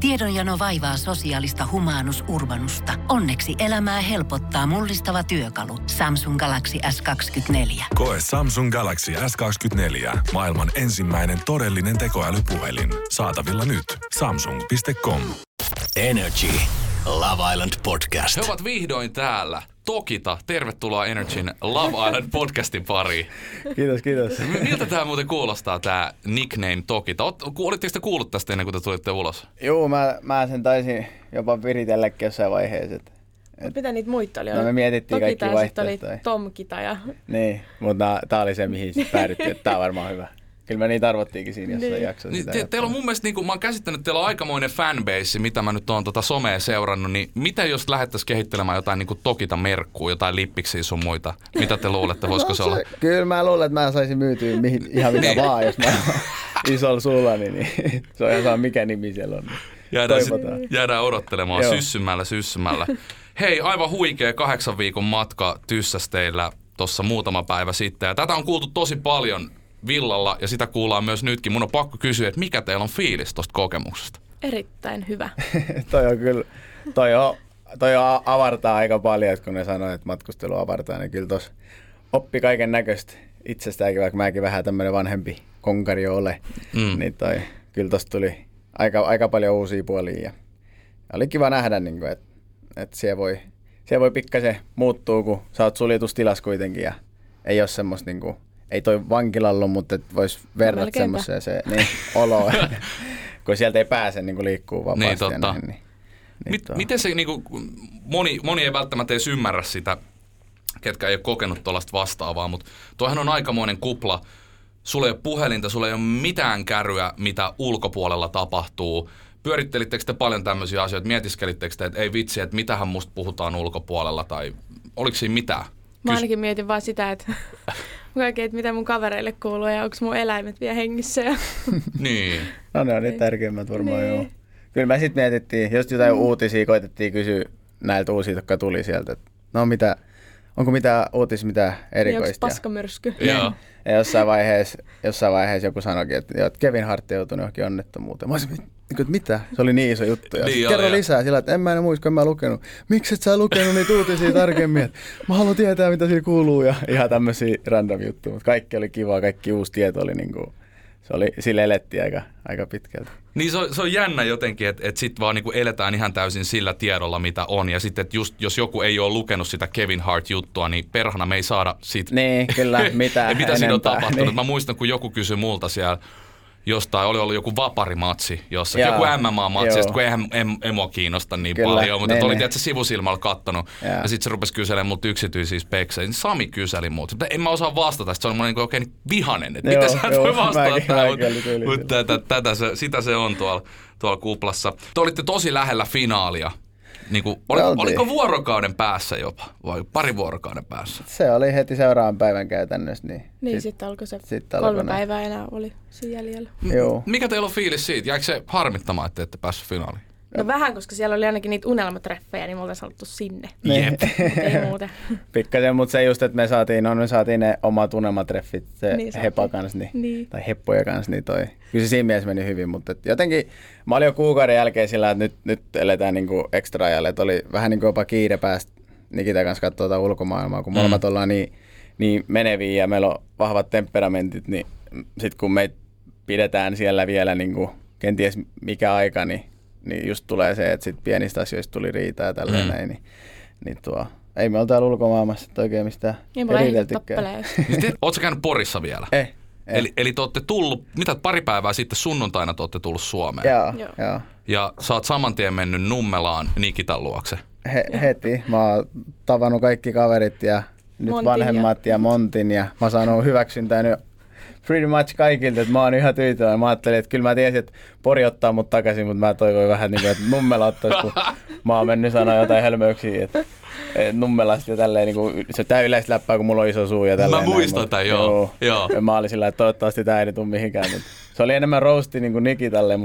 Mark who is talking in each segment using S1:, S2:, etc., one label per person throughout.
S1: Tiedonjano vaivaa sosiaalista humanus urbanusta. Onneksi elämää helpottaa mullistava työkalu. Samsung Galaxy S24.
S2: Koe Samsung Galaxy S24. Maailman ensimmäinen todellinen tekoälypuhelin. Saatavilla nyt. Samsung.com.
S3: Energy Love Island Podcast.
S4: He ovat vihdoin täällä. Tokita, tervetuloa Energyn Love Island podcastin pariin.
S5: Kiitos.
S4: Miltä tämä muuten kuulostaa, tämä nickname Tokita? Olitteko te kuullut tästä ennen kuin te tulitte ulos?
S5: Joo, mä sen taisin jopa viritelläkin jossain vaiheessa.
S6: Mitä niitä muita oli?
S5: No me mietittiin
S6: Tokita
S5: kaikki vaihtoehtoja.
S6: Sitten oli Tomkita ja...
S5: Niin, mutta tää oli se, mihin päädyttiin, että tää on varmaan hyvä. Kyllä me niitä arvottiinkin siinä jossain jaksossa.
S4: Niin, teillä on mun mielestä, niin kuin mä oon käsittänyt, että teillä on aikamoinen fanbase, mitä mä nyt oon somea seurannut, niin mitä jos lähdettäisiin kehittelemään jotain niin kuin Tokita-merkkuu, jotain lippiksiä sun muita? Mitä te luulette, voisiko se olla?
S5: Kyllä mä luulen, että mä saisin myytyä ihan mitä
S4: niin.
S5: vaan, jos mä isolla sulla, niin se on ihan saa mikä nimi siellä on.
S4: Jäädään odottelemaan syssymällä. Hei, aivan huikea 8 viikon matka tyssäs teillä tuossa muutama päivä sitten. Ja tätä on kuultu tosi paljon Villalla ja sitä kuullaan myös nytkin. Mun on pakko kysyä, että mikä teillä on fiilis tuosta kokemuksesta?
S6: Erittäin hyvä.
S5: toi avartaa aika paljon, että kun ne sanoo, että matkustelu avartaa, niin kyllä tuossa oppi kaiken näköistä itsestäänkin, vaikka mäkin vähän tämmöinen vanhempi konkari ole, niin kyllä tuosta tuli aika paljon uusia puolia. Ja oli kiva nähdä, niin että siellä voi pikkasen muuttua, kun sä oot suljetustilassa kuitenkin ja ei ole semmoista niin ei toi vankilalla, mutta voisi verrata semmoiseen niin, oloa, kun sieltä ei pääse niin liikkuu vapaasti.
S4: Niin, totta.
S5: Näin,
S4: Miten se, niin kuin, moni ei välttämättä edes ymmärrä sitä, ketkä ei ole kokenut tuollaista vastaavaa, mutta tuohan on aikamoinen kupla. Sulla ei ole puhelinta, sulla ei ole mitään käryä, mitä ulkopuolella tapahtuu. Pyörittelittekö te paljon tämmöisiä asioita? Mietiskelittekö te, että ei vitsi, että mitähän musta puhutaan ulkopuolella tai oliko siinä mitään?
S6: Mä ainakin mietin vaan sitä, että kaikkea, että mitä mun kavereille kuuluu ja onko mun eläimet vielä hengissä. Ja...
S4: Niin.
S5: No ne on nyt tärkeimmät varmaan joo. Kyllä me sitten mietittiin, jos jotain uutisia koitettiin kysyä näiltä uusilta, jotka tuli sieltä, että no onko mitään uutisia, mitään erikoista.
S6: Onko paskamyrsky?
S4: Joo.
S5: Ja jossain vaiheessa joku sanoikin, että Kevin Hart ei joutunut johonkin onnettomuuteen. Mä olisin, että mitä? Se oli niin iso juttu. Ja niin kerro lisää sillä, että en mä enää muista, kun en mä lukenut. Miksi et sä lukenut niitä uutisia tarkemmin? Että mä haluan tietää, mitä siinä kuuluu ja ihan tämmöisiä random juttuja. Mutta kaikki oli kivaa, kaikki uusi tieto oli niinku... Sille elettiin aika pitkälti.
S4: Niin se on jännä jotenkin, että sitten vaan niinku eletään ihan täysin sillä tiedolla, mitä on. Ja sitten, että just jos joku ei ole lukenut sitä Kevin Hart-juttua, niin perhana me ei saada siitä...
S5: Niin, kyllä, mitä
S4: siinä on tapahtunut.
S5: Niin.
S4: Mä muistan, kun joku kysyi multa siellä jostain, oli ollut joku vaparimatsi jossakin, joku MMA-matsi, ja kun eihän emoa kiinnosta niin kyllä, paljon, mutta oli tietysti sivusilmällä kattonut. Ja sitten se rupesi kyselemään multa yksityisiä speksejä. Niin Sami kyseli multa, mutta en mä osaa vastata. Se oli niin oikein vihanen, että miten sä et voi vastata tähän. Mutta sitä se on tuolla kuplassa. Te olitte tosi lähellä finaalia. Oliko vuorokauden päässä jopa vai pari vuorokauden päässä?
S5: Se oli heti seuraavan päivän käytännössä.
S6: Niin sitten alkoi se 3 päivää enää oli siinä jäljellä.
S5: Joo.
S4: Mikä teillä on fiilis siitä? Jäikö se harmittamaan, että ette päässyt finaaliin?
S6: No vähän, koska siellä oli ainakin niitä unelmatreffejä, niin me oltaisiin haluttu sinne.
S4: Jep.
S6: Ei muuten.
S5: Pikkasen, mutta se just, että me saatiin ne omat unelmatreffit Hepa kanssa, tai Heppoja kanssa, niin kyllä se siinä mielessä meni hyvin, mutta jotenkin mä olin jo kuukauden jälkeen sillä, että nyt eletään niinku extra ajalle, että oli vähän niin kuin jopa kiire päästä Nikita kanssa katsoa ulkomaailmaa, kun molemmat ollaan niin meneviä ja meillä on vahvat temperamentit, niin sitten kun meitä pidetään siellä vielä niinku kenties mikä aika, niin just tulee se, että sit pienistä asioista tuli riitaa ja tälleen näin, niin ei me ole täällä ulkomaailmassa oikein mistään eriteltykään.
S4: Ootko käynyt Porissa vielä?
S5: Ei.
S4: Eli te olette tullut, pari päivää sitten sunnuntaina te olette tullut Suomeen?
S5: Joo.
S4: Ja sä oot saman tien mennyt Nummelaan Nikitan luokse?
S5: Heti. Mä oon tavannut kaikki kaverit ja nyt Montin vanhemmat ja Montin ja mä oon saanut hyväksyntää nyt pretty much kaikilta, että mä oon ihan tyytyväinen. Mä ajattelin, että kyllä mä tiesin, että Pori ottaa mut takaisin, mutta mä toivoin vähän niin kuin, että Nummela ottaisi, kun mä oon mennyt sanoa jotain hölmöyksiä, että Nummelasta ja tälleen, niin kuin, se tää yleistä läppää, kun mulla on iso suu ja tälleen.
S4: Mä muistan tämän, joo.
S5: Mä olin sillä, että toivottavasti tää ei tule mihinkään. Mutta se oli enemmän roasti niin kuin Nikitalle, mutta sitten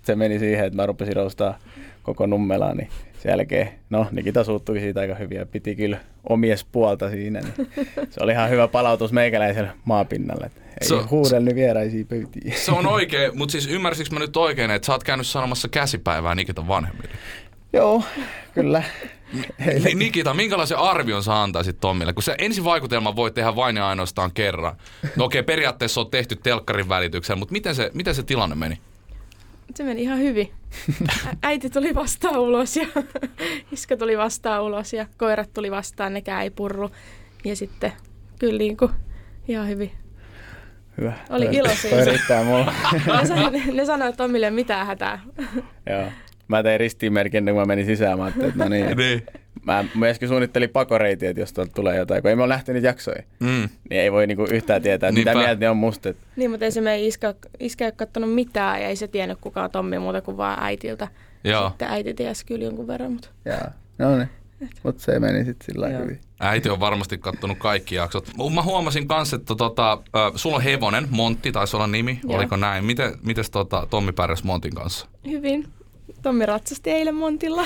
S5: se meni siihen, että mä rupesin roustaa koko Nummelaa, niin sen jälkeen, Nikita suuttui siitä aika hyvin ja piti kyllä omies puolta siinä. Niin se oli ihan hyvä palautus meikäläiselle maapinnalle. Ei huudellut vieraisia pöytiin.
S4: Se on oikein, mutta siis ymmärsikö mä nyt oikein, että sä oot käynyt sanomassa käsipäivää Nikitan vanhemmille?
S5: Joo, kyllä.
S4: Nikita, minkälaisen arvion sä antaisit Tommille? Kun se ensivaikutelma voi tehdä vain ja ainoastaan kerran. No okei, periaatteessa on tehty telkkarin välityksellä, mutta miten se tilanne meni?
S6: Se meni ihan hyvin. Äiti tuli vastaan ulos ja iska tuli vastaan ulos ja koirat tuli vastaan, nekään ei purru. Ja sitten kyllä ihan hyvin.
S5: Hyvä.
S6: Oli iloisia.
S5: Toi riittää mulla.
S6: Ne sanoi, että Tommille mitään hätää.
S5: Joo. Mä tein ristiinmerkin, kun mä menin sisään. Mä ajattelin, että no niin. Mä myöskin suunnittelin pakoreitia, että jos tuolta tulee jotain. Kun ei me ole nähty niitä jaksoja, niin ei voi niinku yhtään tietää, että mitä mieltä ne on musta.
S6: Niin, mutta ei se meidän iskä ei ole kattonut mitään ja ei se tiennyt kukaan Tommi muuta kuin vaan äitiltä.
S4: Joo.
S6: Sitten äiti tiesi kyllä jonkun verran. Mutta...
S5: Joo, no niin. Mutta se meni sitten sillä hyvin.
S4: Äiti on varmasti kattonut kaikki jaksot. Mä huomasin kanssa, että sulla on hevonen, Montti taisi olla nimi. Joo. Oliko näin? Mites Tommi pärjäsi Montin kanssa?
S6: Hyvin. Tommi ratsasti eilen Montilla.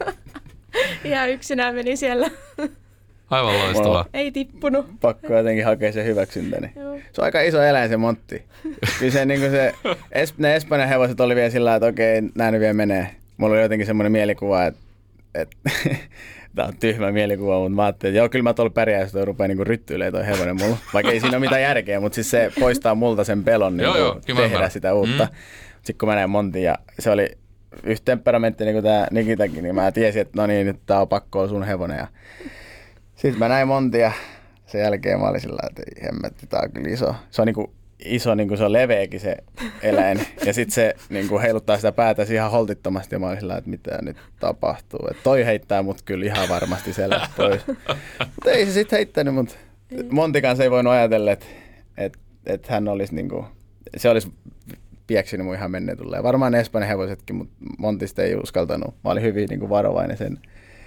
S6: Ihan yksinään meni siellä.
S4: Aivan loistavaa.
S6: Ei tippunut.
S5: Pakko jotenkin hakea se hyväksyntäni. Se on aika iso eläin se Montti. Kyllä se, niin ne Espanjan hevoset oli vielä sillä, että okei, nää nyt vielä menee. Mulla oli jotenkin semmoinen mielikuva, että tämä on tyhmä mielikuva, mutta mä ajattelin, että joo, kyllä mä tuolla pärjää, jos toi rupeaa niinku ryttyilemään toi hevonen mulla. Vaikka ei siinä ole mitään järkeä, mutta siis se poistaa multa sen pelon tehdä sitä uutta. Sitten kun mä näin Montin ja se oli yhtä temperamentti niin kuin tää Nikitakin, niin mä tiesin, että no niin, nyt tää on pakko olla sun hevonen. Sitten mä näin Montin ja sen jälkeen mä olin sillä, että ei hemmetti, tää on kyllä iso. Se on iso, niin kuin se on leveäkin se eläin. Ja sitten se niin kuin heiluttaa sitä päätä ihan holtittomasti ja mä olin sillä, että mitä nyt tapahtuu. Että toi heittää mut kyllä ihan varmasti selästä pois. Mutta ei se sitten heittänyt, mutta Montin kanssa ei voinut ajatella, että hän olisi niin kuin, se olisi pieksynyt mun ihan menneen tulleen. Varmaan Espanjan hevosetkin, mutta Montista ei uskaltanut. Mä olin hyvin niin kuin varovainen sen.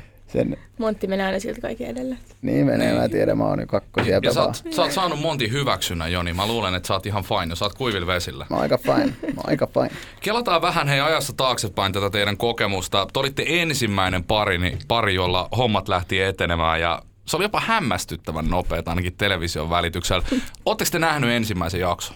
S6: Montti menee aina siltä kaiken edelle.
S5: Niin menee, mä tiedän, mä oon nyt kakkosia.
S4: Ja sä oot saanut Montin hyväksynnän, Joni. Mä luulen, että sä oot ihan fine, jos sä oot kuivilla vesillä.
S5: Mä oon aika fine.
S4: Kelataan vähän ajassa taaksepäin tätä teidän kokemusta. Te olitte ensimmäinen pari, jolla hommat lähti etenemään ja se oli jopa hämmästyttävän nopeata ainakin television välityksellä. Ootteko te nähnyt ensimmäisen jakson?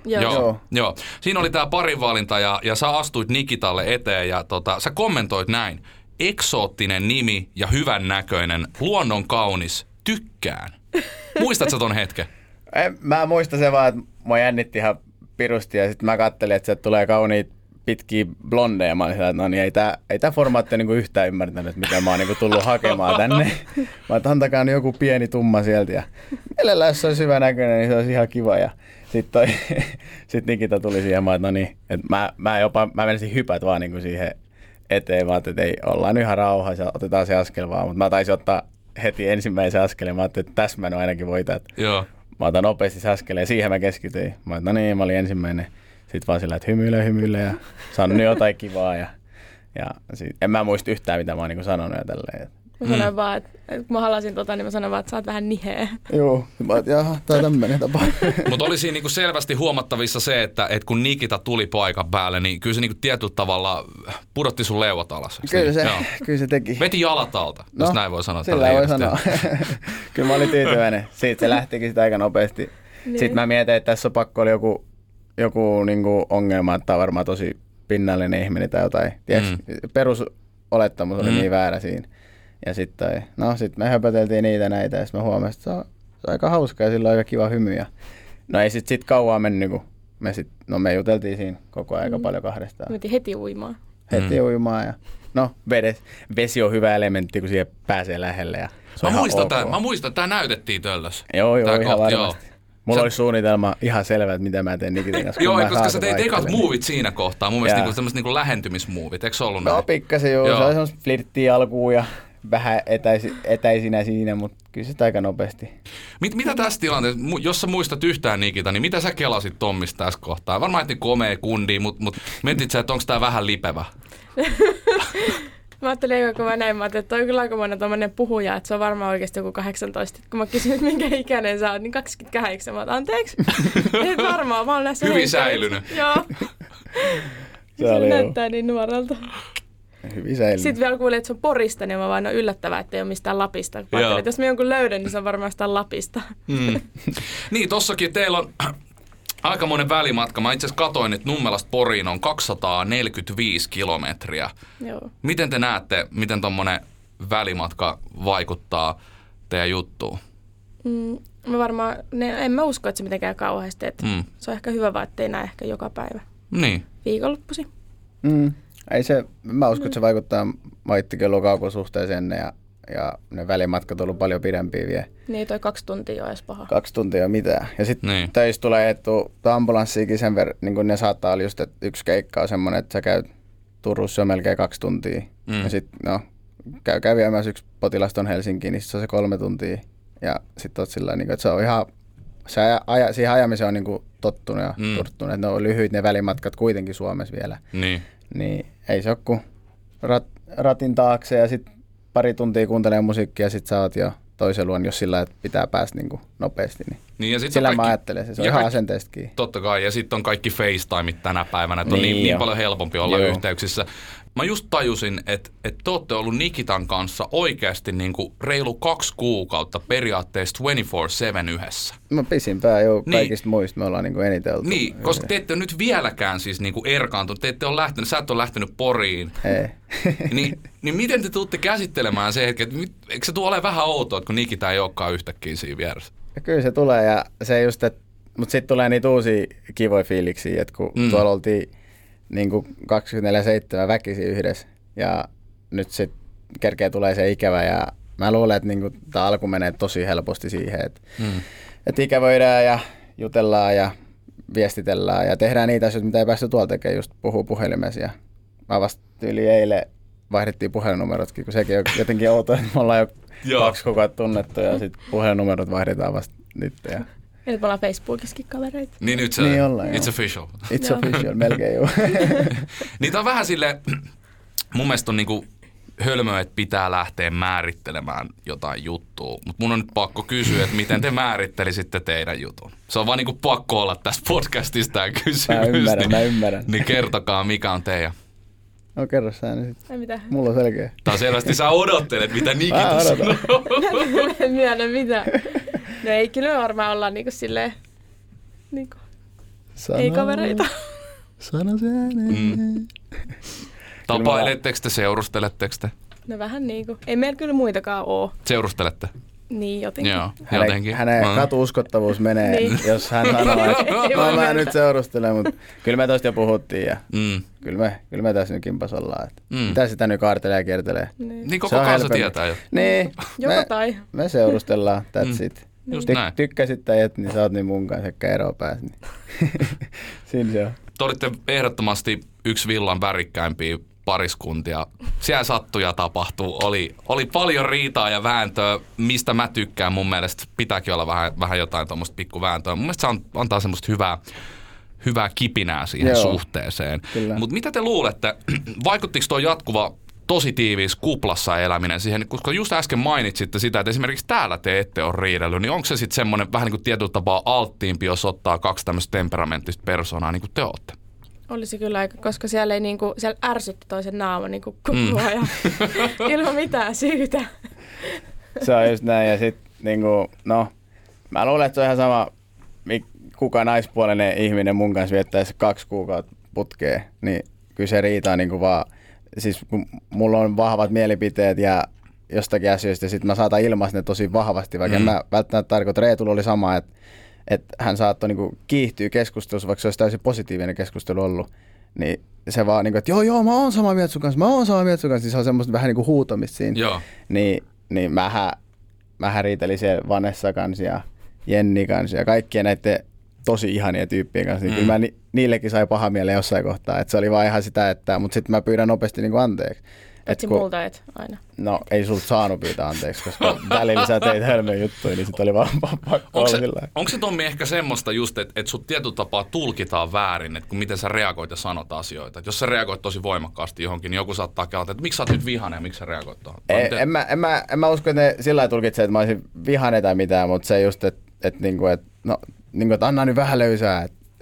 S4: Joo. Siinä oli tää parinvalinta ja sä astuit Nikitalle eteen ja sä kommentoit näin. Eksoottinen nimi ja hyvän näköinen, luonnon kaunis, tykkään. Muistatko ton hetken?
S5: Mä muistan se vaan, että mua jännitti ihan pirusti ja sitten mä kattelin, että sieltä tulee kauniit pitkiä blondeja. Mä olin sillä, että no niin, ei tää formaatti niinku yhtään ymmärtänyt, mitä mä oon niinku tullut hakemaan tänne. Mä oon antakaa joku pieni tumma sieltä ja mielellään jos se olisi hyvä näköinen, niin se olisi ihan kiva. Ja sitten Nikita tuli siihen, mä että no niin, että mä menisin hypät vaan niinku siihen eteen, vaan että ei, ollaan ihan rauhassa, otetaan se askel vaan, mutta mä taisin ottaa heti ensimmäisen askeleen, mä ajattelin, että tässä mä en ainakin voita, että mä otan nopeasti se askeleen, siihen mä keskityin. Mä no niin, mä olin ensimmäinen, sitten vaan sillä, että hymyile ja sanonut jotain kivaa ja en mä muista yhtään, mitä mä oon niin sanonut ja tälleen.
S6: Mä sanoin vaan, että kun mä halasin niin mä sanoin vaan, että sä oot vähän niheä.
S5: Joo, mä oon, jaha, tää on tämmönen tapa.
S4: Mutta oli siinä niinku selvästi huomattavissa se, että kun Nikita tuli paikan päälle, niin kyllä se niinku tietyllä tavalla pudotti sun leuat alas.
S5: Kyllä se teki.
S4: Veti jalat alta, jos näin voi sanoa.
S5: Sillä voi sanoa. Kyllä mä olin tyytyväinen. Siitä se lähtikin sitä aika nopeasti. Niin. Sitten mä mietin, että tässä on pakko olla joku niinku ongelma, että tää on varmaan tosi pinnallinen ihminen tai jotain. Perusolettamus oli niin väärä siinä. Ja sitten me höpöteltiin niitä näitä ja sitten mä huomasin, että se on aika hauska ja sillä on aika kiva hymy. Ja no ei sit kauan mennyt, kun me juteltiin siinä koko aika paljon kahdestaan.
S6: Me heti uimaan.
S5: Ja vesi on hyvä elementti, kun siihen pääsee lähelle. Ja
S4: mä muistan, että tää näytettiin Töllössä.
S5: Joo, ihan varmasti. Mulla oli suunnitelma ihan selvä, että mitä mä teen Nikitin kanssa.
S4: Joo, koska sä teit ekat muuvit siinä kohtaa. Mun mielestä niinku semmoiset niinku lähentymismuuvit, eikö se ollut näin?
S5: No pikkasen joo. Se oli semmoista flirttiä alkuun ja vähän etäisinä siinä, mutta kyllä se aika nopeasti.
S4: Mitä tässä tilanteessa, jos sä muistat yhtään Nikita, niin mitä sä kelasit Tommista tässä kohtaa? Varmaan etsin komea kundi, mutta mietit sä, että onko tää vähän lipevä?
S6: Mä ajattelin, kun mä näin, että toi on kyllä aika monen tommonen puhuja, että se on varmaan oikeasti joku 18. Kun mä kysyin, että minkä ikäinen sä oot, niin 28. Mä oon, anteeksi? Ei varmaan, mä oon näissä
S4: hyvin säilynyt.
S6: Joo. Se näyttää niin nuorelta.
S5: Hyvin säilynyt.
S6: Sitten vielä kuulin, että se on Porista, niin mä vaan on yllättävää, että ei ole mistään Lapista. Ajattelin, että jos mä jonkun löydän, niin se on varmaan jostain Lapista.
S4: Niin, tossakin teillä on aikamoinen välimatka. Mä itse asiassa katoin, että Nummelasta Poriin on 245 kilometriä.
S6: Joo. Miten
S4: te näette, miten tommonen välimatka vaikuttaa teidän juttuun?
S6: Mä varmaan, en mä usko, että se mitenkään kauheasti. Se on ehkä hyvä vaan, ettei näe ehkä joka päivä.
S4: Niin.
S6: Viikonloppuisin.
S5: Ei se, mä uskon, että se vaikuttaa. Mä itsekin ollut kaukosuhteeseen ja ne välimatkat on ollut paljon pidempiä vielä.
S6: Niin, toi 2 tuntia on edes paha.
S5: 2 tuntia on mitään. Ja sitten töistä tulee etu ambulanssiikin sen verran, niin kun ne saattaa olla just, että yksi keikka on semmoinen, että sä käyt Turussa jo melkein 2 tuntia. Ja sitten käy viemässä yksi potilas on Helsinkiin, niin sit se on se 3 tuntia. Ja sitten oot sillä niin että se on ihan, siihen ajamiseen on niin tottunut ja turttunut, että ne on lyhyit ne välimatkat kuitenkin Suomessa vielä. Niin ei se ole kuin ratin taakse ja sitten pari tuntia kuuntelee musiikkia ja sitten sä oot jo toisen luon, jos sillä että pitää päästä niin nopeasti. Niin ja sillä kaikki, mä ajattelen, se on ihan asenteestakin.
S4: Totta kai, ja sitten on kaikki FaceTimeit tänä päivänä, että on niin paljon helpompi olla yhteyksissä. Mä just tajusin, että te ootte ollut Nikitan kanssa oikeasti niinku reilu 2 kuukautta periaatteessa 24/7 yhdessä.
S5: Mä pisimpään kaikista muista me ollaan niinku eniten oltu.
S4: Niin, koska te ette nyt vieläkään siis niinku erkaantunut, te ette ole lähtenyt, sä et ole lähtenyt Poriin.
S5: Ei.
S4: niin miten te tuutte käsittelemään se hetki, että eikö se tule olemaan vähän outoa, että kun Nikita ei olekaan yhtäkkiä siinä vieressä?
S5: Ja kyllä se tulee ja se just, mutta sitten tulee niitä uusia kivoja fiiliksiä, että kun tuolla oltiin niin 24/7 väkisin yhdessä ja nyt sitten kerkeä tulee se ikävä ja mä luulen, että niin tämä alku menee tosi helposti siihen, että ikävöidään ja jutellaan ja viestitellään ja tehdään niitä asioita, mitä ei päästy tuolla tekemään, just puhuu puhelimessa ja mä vasta yli eilen vaihdettiin puhelinnumerotkin, kun sekin on jotenkin outoa, että me ollaan jo 2 kuukautta tunnettu ja sitten puhelinnumerot vaihdetaan vasta nyt. Ja
S6: nyt me ollaan Facebookissakin kavereita.
S4: Niin nyt se,
S5: niin ollaan,
S4: it's official.
S5: It's official, melkein joo.
S4: Niitä on vähän silleen, mun mielestä on niinku hölmöä, että pitää lähteä määrittelemään jotain juttua. Mutta mun on nyt pakko kysyä, että miten te määrittelisitte teidän jutun. Se on vaan niinku pakko olla tästä podcastista tämä kysymys.
S5: Mä ymmärrän.
S4: Niin kertokaa, mikä on teidän.
S5: No kerro sä nyt.
S6: Ei mitään.
S5: Mulla on selkeä.
S4: Tää on selvästi, sä odottelet, mitä Nikita sanoo.
S6: Mä en myönnä mitään. No ei, kyllä me varmaan ollaan niinku silleen, niinku, ei kavereita.
S5: Sano se ääneen.
S4: Tapailetteko te, seurusteletteko te?
S6: No vähän niinku. Ei meillä kyllä muitakaan oo.
S4: Seurustelette?
S6: Niin, jotenkin.
S4: Joo, jotenkin.
S5: Hänen katu-uskottavuus menee, niin. Jos hän sanoo, että mä nyt seurustelen, mutta kyllä me tosta jo puhuttiin ja kyllä me tässä nyt kimpas ollaan. Mitä sitä nyt kaartelee ja kiertelee?
S4: Niin koko kansa tietää jo.
S5: Niin, me seurustellaan, that's it. Tykkäsit tai et, niin sä oot niin mun kanssa, ehkä eroa pääsi. Siinä se on.
S4: Te olitte ehdottomasti yksi villan värikkäimpiä pariskuntia. Siellä sattuja tapahtuu. Oli paljon riitaa ja vääntöä, mistä mä tykkään. Mun mielestä pitääkin olla vähän jotain tuommoista pikkuvääntöä. Mun mielestä se antaa semmoista hyvää kipinää siihen suhteeseen. Mutta mitä te luulette, vaikuttiko tuo jatkuva tosi tiiviis kuplassa eläminen siihen, koska just äsken mainitsitte sitä, että esimerkiksi täällä te ette ole riidellyt, niin onko se sitten semmoinen vähän niin kuin tietyllä tapaa alttiimpi, jos ottaa 2 tämmöistä temperamenttista persoonaa niin kuin te olette?
S6: Olisi kyllä aika, koska siellä ei niinku, siellä ärsytti toisen naama niinku koko ajan ilman mitään syytä.
S5: Se on just näin ja sitten niinku, no mä luulen, että se on ihan sama, kuka naispuolinen ihminen mun kanssa viettäisi 2 kuukautta putkeen, niin kyllä se riitaa niinku vaan, siis kun mulla on vahvat mielipiteet ja jostakin asioista ja sitten mä saatan ilmaista ne tosi vahvasti, vaikka en mä välttämättä tarkoita, Reetulla oli sama, että hän saattoi niinku kiihtyä keskustelussa, vaikka se olisi täysin positiivinen keskustelu ollut, niin se vaan niinku, että joo, mä oon samaa mieltä sun kanssa, niin se on semmoista vähän niinku huutamista siinä.
S4: Joo.
S5: Niin mähän riitelin siellä Vanessa kanssa ja Jenni kanssa ja kaikkien näiden tosi ihania tyyppien kanssa, niin kyllä mä niillekin sai paha mieleen jossain kohtaa, että se oli vaan ihan sitä, mutta sitten mä pyydän nopeasti niinku anteeksi.
S6: Paitsi multa et aina.
S5: No ei sulta saanut pyytää anteeksi, koska välillä sä teit hölmöjä juttuja, niin sit oli vaan pakko olla sillä.
S4: Onko se Tommi ehkä semmoista just, että sut tietyllä tapaa tulkitaan väärin, että kun miten sä reagoit ja sanot asioita. Et jos sä reagoit tosi voimakkaasti johonkin, niin joku saattaa kelata, että miksi sä oot nyt vihainen ja miksi sä reagoit tuohon?
S5: En mä usko, että ne sillä lailla tulkitsee, että mä olisin vihainen tai mitään, mutta se just, että anna nyt vähän löysää, että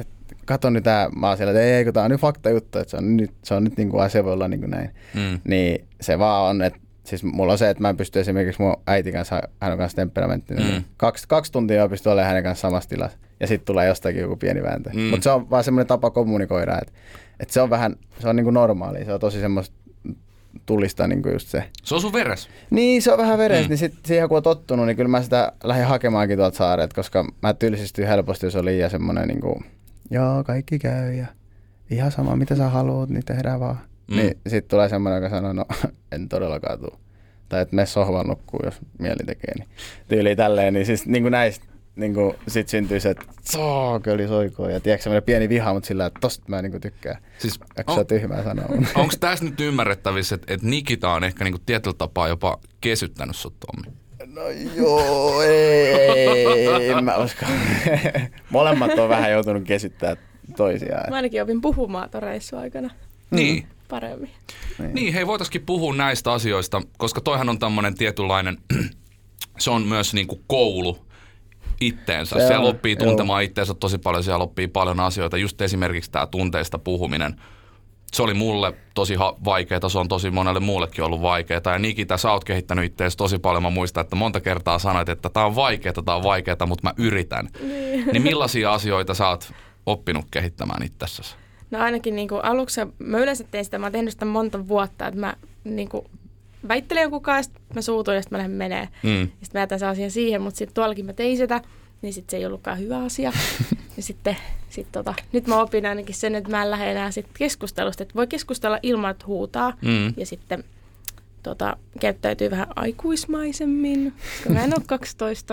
S5: kato nyt tää, mä oon siellä, että ei, kun tää on nyt fakta juttu, että se on nyt niin kuin asia voi olla niin kuin näin. Niin se vaan on, että siis mulla on se, että mä en pysty esimerkiksi mun äiti kanssa, hän on kanssa temperamenttinen, niin 2 tuntia mä pystyn olemaan hänen kanssa samassa tilassa ja sitten tulee jostakin joku pieni vääntö. Mutta se on vaan semmoinen tapa kommunikoida, että se on vähän, se on niin kuin normaalia, se on tosi semmoista tulista niin kuin just se.
S4: Se on sun veres.
S5: Niin, se on vähän veres, niin sit siihen kun on tottunut, niin kyllä mä sitä lähdin hakemaankin tuolta saaret, koska mä tylsistyin helposti, jos on liian semmoinen niin kuin, joo, kaikki käy ja ihan sama, mitä sä haluat, niin tehdään vaan. Niin sit tulee semmoinen, joka sanoo, no en todellakaan tuu. Tai että mene sohvan nukkuu, jos mieli tekee. Niin tyyliin tälleen, niin siis niin kuin näistä niin kuin sit syntyy se, että saakeli soikoo. Ja tiedätkö semmoinen pieni viha, mutta sillä, että tosta mä niin kuin tykkään. Siis se on tyhmää sanoa.
S4: Onko tässä nyt ymmärrettävissä, että Nikita on ehkä niin kuin tietyllä tapaa jopa kesyttänyt sut, Tommi?
S5: No joo, ei mä usko. Molemmat on vähän joutunut kesyttämään toisiaan.
S6: Mä ainakin opin puhumaan ton reissun aikana.
S4: Niin.
S6: Paremmin.
S4: Niin, hei, voitaisiin puhua näistä asioista, koska toihan on tämmöinen tietynlainen, se on myös niin kuin koulu itteensä. Siellä oppii tuntemaan itteensä tosi paljon, siellä oppii paljon asioita. Just esimerkiksi tämä tunteista puhuminen. Se oli mulle tosi vaikeaa, se on tosi monelle muullekin ollut vaikeaa. Ja Nikita, sä oot kehittänyt itteensä tosi paljon. Mä muistan, että monta kertaa sanoit, että tää on vaikeaa, mutta mä yritän. Niin millaisia asioita sä oot oppinut kehittämään itsessäsi?
S6: No ainakin niin kuin aluksi mä yleensä tein sitä, mä oon tehnyt sitä monta vuotta, että mä niin kuin väittelen jonkun kanssa, mä suutuin ja sitten mä lähden menee. Ja sitten mä jätän se asia siihen, mutta sitten tuollakin mä tein sitä, niin sitten se ei ollutkaan hyvä asia. Ja sitten nyt mä opin ainakin sen, että mä en lähde enää sit keskustelusta, että voi keskustella ilman, että huutaa. Ja sitten käyttäytyy vähän aikuismaisemmin, koska mä en ole 12.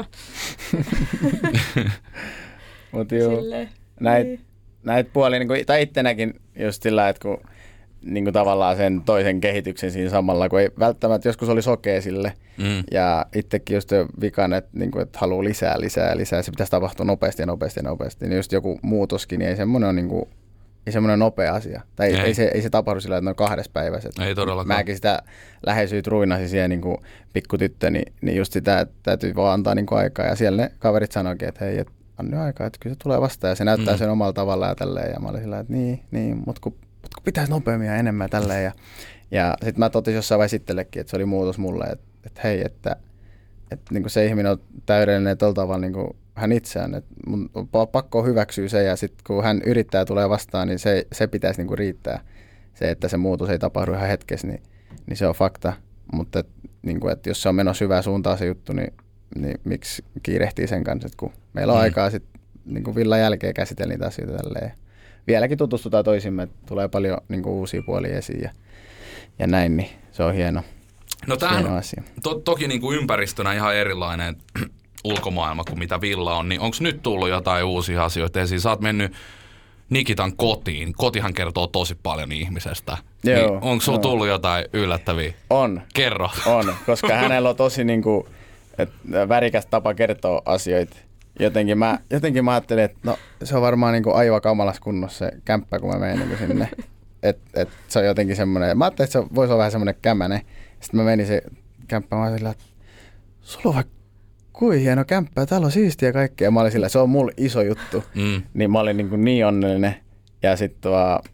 S5: Mutta joo, näitä puolia, niin tai ittenäkin just sillä, että kun niin kuin tavallaan sen toisen kehityksen siinä samalla, kun ei välttämättä joskus oli sokea sille. Ja itsekin just vikan, että, niin kuin, että haluaa lisää, se pitäisi tapahtua nopeasti. Niin just joku muutoskin, niin ei semmoinen ole niin kuin, ei semmoinen nopea asia. Tai ei se tapahdu sillä, että ne on 2 päivässä.
S4: Ei todellakaan.
S5: Mäkin sitä läheisyyttä ruinasin siihen niin kuin pikkutyttö, niin just sitä, että täytyy vaan antaa niin kuin aikaa. Ja siellä ne kaverit sanoikin, että hei, anna aikaa, että kyllä se tulee vastaan. Ja se näyttää sen omalla tavalla ja tälleen. Ja mä olin sillä, että niin, mutta kun pitäisi nopeammin ja enemmän tälleen. Ja sitten mä totesin jossain vaiheessa itsellekin, että se oli muutos mulle, että hei, että niin kuin se ihminen on täydellinen tuolla tavalla niin kuin hän itseään. Että mun on pakko hyväksyä se ja sitten kun hän yrittää tulee vastaan, niin se pitäisi niin kuin riittää. Se, että se muutos ei tapahdu ihan hetkessä, niin se on fakta. Mutta niin kuin, että jos se on menossa hyvää suuntaan se juttu, niin miksi kiirehtii sen kanssa, että kun meillä on aikaa sitten niin kuin villan jälkeen käsitellä niitä asioita tälleen. Vieläkin tutustutaan toisimme, että tulee paljon niin kuin uusia puolia esiin ja näin, niin se on hieno, hieno asia.
S4: Toki niin kuin ympäristönä ihan erilainen ulkomaailma kuin mitä villa on, niin onko nyt tullut jotain uusia asioita esiin? Sä oot mennyt Nikitan kotiin. Kotihan kertoo tosi paljon ihmisestä. Niin onko sulla tullut jotain yllättäviä?
S5: On.
S4: Kerro.
S5: On, koska hänellä on tosi niin kuin, värikäs tapa kertoa asioita. Jotenkin mä ajattelin, että no, se on varmaan niin kuin aivan kamalas kunnossa se kämppä, kun mä menen niin sinne. Et se on jotenkin semmoinen, mä ajattelin, että se voisi olla vähän semmoinen kämänen. Sitten mä menin se kämppä, mä olin sillä, että sulla on vaikka kuin hieno kämppä, täällä on siistiä kaikkea. Mä olin sillä, se on mulle iso juttu. Niin mä olin niin onnellinen. Ja sitten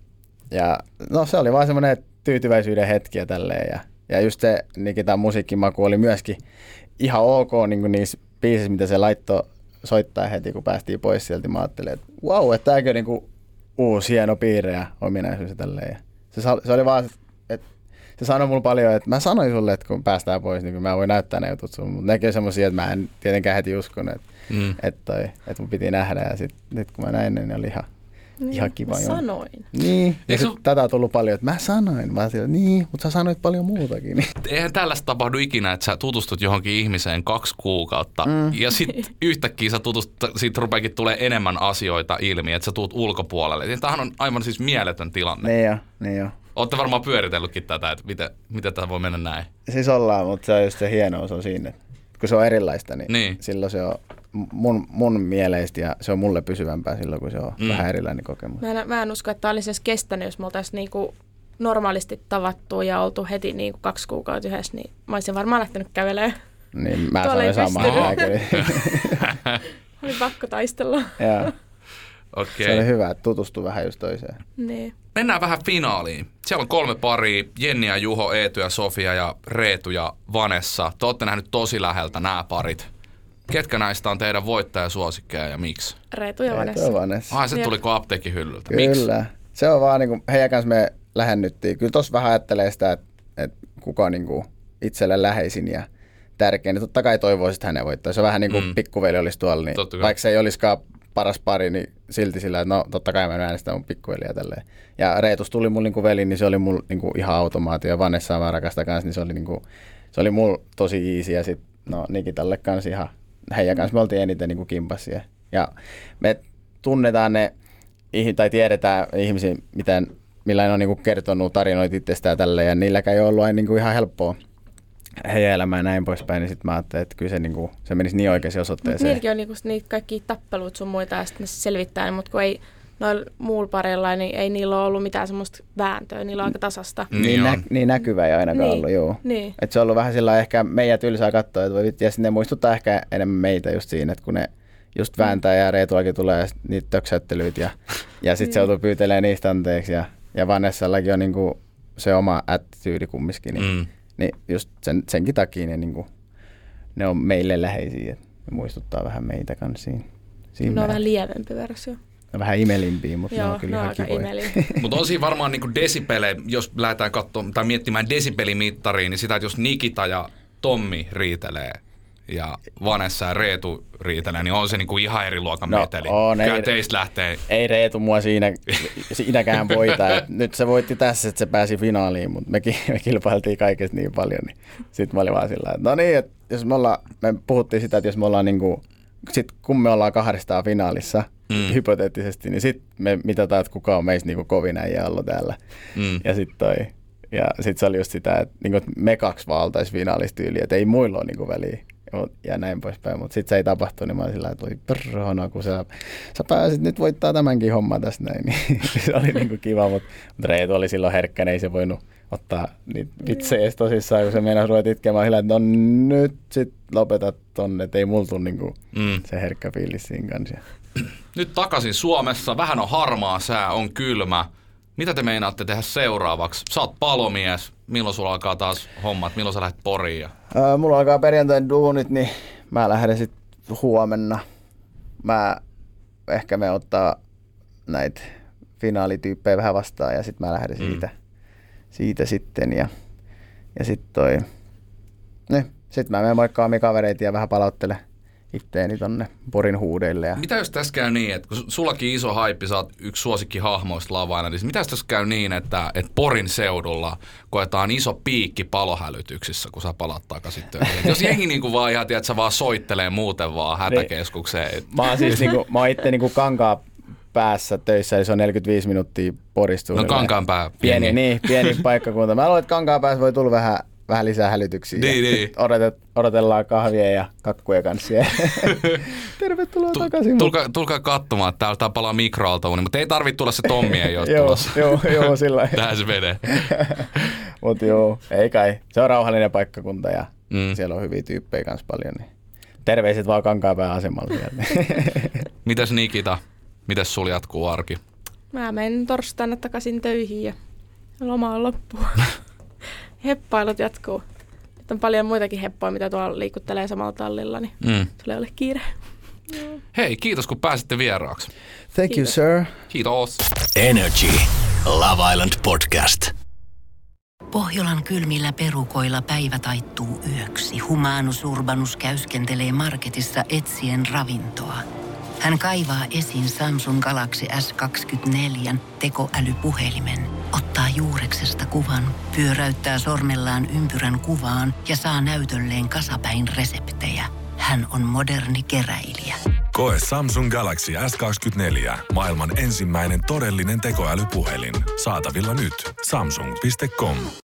S5: no se oli vaan semmoinen tyytyväisyyden hetki ja tälleen. Ja just se Nikitan musiikkimaku oli myöskin ihan ok niin niissä biisissä, mitä se laittoi soittaa heti, kun päästiin pois sieltä. Mä ajattelin, että vau, että tämäkö niinku uusi hieno piirre ja ominaisuus ja tälleen. Se oli vaan, että se sanoi mulle paljon, että mä sanoin sulle, että kun päästään pois, niin mä voin näyttää ne jutut sun. Mutta nekin on semmosia, että mä en tietenkään heti uskonut, että mun piti nähdä. Ja nyt kun mä näin, niin oli ihan kiva.
S6: Mä sanoin.
S5: Niin, ja tätä on tullut paljon, että mä sanoin. Mä ajattelin, niin, mutta sä sanoit paljon muutakin.
S4: Eihän tällaista tapahdu ikinä, että sä tutustut johonkin ihmiseen 2 kuukautta ja sitten yhtäkkiä siitä rupeakin tulee enemmän asioita ilmi, että sä tuut ulkopuolelle. Tämähän on aivan siis mieletön tilanne.
S5: Niin jo.
S4: Olette varmaan pyöritellytkin tätä, että miten tämä voi mennä näin.
S5: Siis ollaan, mutta se on just se hienous on siinä. Kun se on erilaista, niin silloin se on mun mieleistä ja se on mulle pysyvämpää silloin, kun se on vähän erilainen kokemus.
S6: Mä en usko, että tämä olisi edes kestänyt, jos me oltaisiin niinku normaalisti tavattu ja oltu heti niinku 2 kuukautta yhdessä, niin mä olisin varmaan lähtenyt kävelemään.
S5: Niin, mä sanoin samaa.
S6: Oli pakko taistella.
S4: Okay.
S5: Se oli hyvä, että tutustui vähän just toiseen.
S6: Niin.
S4: Mennään vähän finaaliin. Siellä on 3 paria, Jenni ja Juho, Eetu ja Sofia ja Reetu ja Vanessa. Te olette nähnyt tosi läheltä nämä parit. Ketkä näistä on teidän voittajasuosikkeja ja miksi?
S6: Reetu ja Vanessa.
S4: Ai, se tuliko apteekin hyllyltä.
S5: Kyllä.
S4: Miksi?
S5: Se on vaan, niin heidän kanssa me lähennyttiin. Kyllä tossa vähän ajattelee sitä, että kuka on niin itselle läheisin ja tärkein. Totta kai toivoisit, että hänen voittaa. Se on vähän niin kuin pikkuveli olisi tuolla. Niin vaikka se ei olisikaan paras pari, niin silti sillä, että no totta kai mä äänestän mun pikkuveliä tälleen. Ja Reetus tuli mun niin kuin veli, niin se oli mulla niin kuin ihan automaatio. Ja Vanessa mä rakastan kanssa, niin se oli mulla tosi easy. Ja sitten Nikitalle kanssa ihan, heidän kanssa me oltiin eniten niin kuin kimpassia. Ja me tunnetaan ne, tai tiedetään ihmisiä, millainen on niin kuin kertonut tarinoita itsestään tälleen. Ja niilläkään ei ollut aina niin kuin ihan helppoa heidän elämään ja näin poispäin, niin sitten mä ajattelin, että kyllä se menisi niin oikeaan osoitteeseen.
S6: Niilläkin on niinku niitä kaikki tappeluita sun muita ja sitten ne selvittää, mutta kun ei noilla muulla parilla, niin ei niillä ole ollut mitään semmoista vääntöä, niillä on aika tasasta.
S5: Niin näkyvä ei ainakaan ollut, joo. Niin. Että se on ollut vähän sillä ehkä meidän tylsää katsoa, ja ne muistuttaa ehkä enemmän meitä just siinä, että kun ne just vääntää ja Reetuakin tulee niitä töksäyttelyitä ja sitten se joutuu pyytelemään niistä anteeksi ja Vanessallakin on niinku se oma attityydi kumminkin, niin just senkin takia ne on meille läheisiä, että ne muistuttaa vähän meitä kanssa siinä.
S6: Ne on vähän lievempi versio.
S5: Vähän imelimpiä, mutta ne on kyllä ihan kivoja.
S4: Mutta on siinä varmaan niinku desibele, jos lähdetään katsomaan tai miettimään desibelimittariin, niin sitä, että jos Nikita ja Tommi riitelee ja Vanessa ja Reetu riitelee, niin on se niinku ihan eri luokan meteli. Kyllä teistä lähtee.
S5: Ei Reetu mua siinäkään voita. Nyt se voitti tässä, että se pääsi finaaliin, mutta me kilpailtiin kaikesta niin paljon. Niin sitten mä olin vaan sillä, että no niin, että jos me puhuttiin sitä, että jos me ollaan niinku, kun me ollaan 200 finaalissa, hypoteettisesti, niin sitten me mitataan, että kuka on meistä niinku kovin äijä ollut täällä. Ja sitten se oli just sitä, että niinku me 2 vaan oltaisiin finaalistyyliä, että ei muilla ole niinku väliä. Ja näin poispäin, mutta sitten se ei tapahtu, niin mä olin sillä, että voi perhona, kun sä pääsit nyt voittaa tämänkin homma tässä näin, niin se oli niinku kiva, mutta Reetu oli silloin herkkä, ei se voinut ottaa niitä vitsejä tosissaan, kun se meinasi ruveta itkemään sillä, että no nyt sit lopetat tonne, että ei mulla tule niinku se herkkä fiilis siinä kanssa.
S4: Nyt takaisin Suomessa, vähän on harmaa sää, on kylmä. Mitä te meinaatte tehdä seuraavaksi? Sä oot palomies. Milloin sulla alkaa taas hommat? Milloin sä lähdet Poriin?
S5: Mulla alkaa perjantain duunit, niin mä lähden sitten huomenna. Mä ehkä me ottaa näitä finaalityyppejä vähän vastaan ja sitten mä lähden siitä sitten. Ja sitten sitten mä menen moikkaamaan kavereita ja vähän palauttelen itteeni tonne Porin huudeille. Ja
S4: mitä jos tässä käy niin, että kun sullakin iso haippi, sä oot yksi suosikkihahmoista lavaina, niin mitä jos tässä käy niin, että Porin seudulla koetaan iso piikki palohälytyksissä, kun sä palaat takaisin töihin? Jos jengi niinku vaan ihan, että sä vaan soittelee muuten vaan hätäkeskukseen.
S5: Mä oon siis mä oon itse niinku Kankaanpäässä töissä, eli se on 45 minuuttia Porista.
S4: No Kankaanpää.
S5: Pieni paikkakunta. Mä luulen, että Kankaanpäässä voi tulla vähän lisää hälytyksiä.
S4: Niin.
S5: Odotellaan kahvia ja kakkuja kanssa. Tervetuloa takaisin.
S4: Tulkaa katsomaan, että täällä palaa mikroaaltouuni, mutta ei tarvitse tulla se Tommi, ei ole tulossa.
S5: Joo, sillä lailla.
S4: Tähän se menee.
S5: Mutta joo, ei kai. Se on rauhallinen paikkakunta ja siellä on hyviä tyyppejä kanssa paljon. Niin terveiset vaan Kankaanpään asemalle.
S4: Mitäs Nikita? Mitäs sulla jatkuu arki?
S6: Mä menen torstaina takaisin töihin ja loma on loppuun. Heppailut jatkuu. Nyt on paljon muitakin heppoja, mitä tuolla liikuttelee samalla tallilla, niin tulee ole kiire.
S4: Hei, kiitos kun pääsitte vieraaksi.
S5: Thank you, sir.
S4: Kiitos.
S3: Energy Love Island Podcast.
S1: Pohjolan kylmillä perukoilla päivä taittuu yöksi. Humanus Urbanus käyskentelee marketissa etsien ravintoa. Hän kaivaa esiin Samsung Galaxy S24 tekoälypuhelimen, ottaa juureksesta kuvan, pyöräyttää sormellaan ympyrän kuvaan ja saa näytölleen kasapäin reseptejä. Hän on moderni keräilijä.
S2: Koe Samsung Galaxy S24. Maailman ensimmäinen todellinen tekoälypuhelin. Saatavilla nyt. Samsung.com.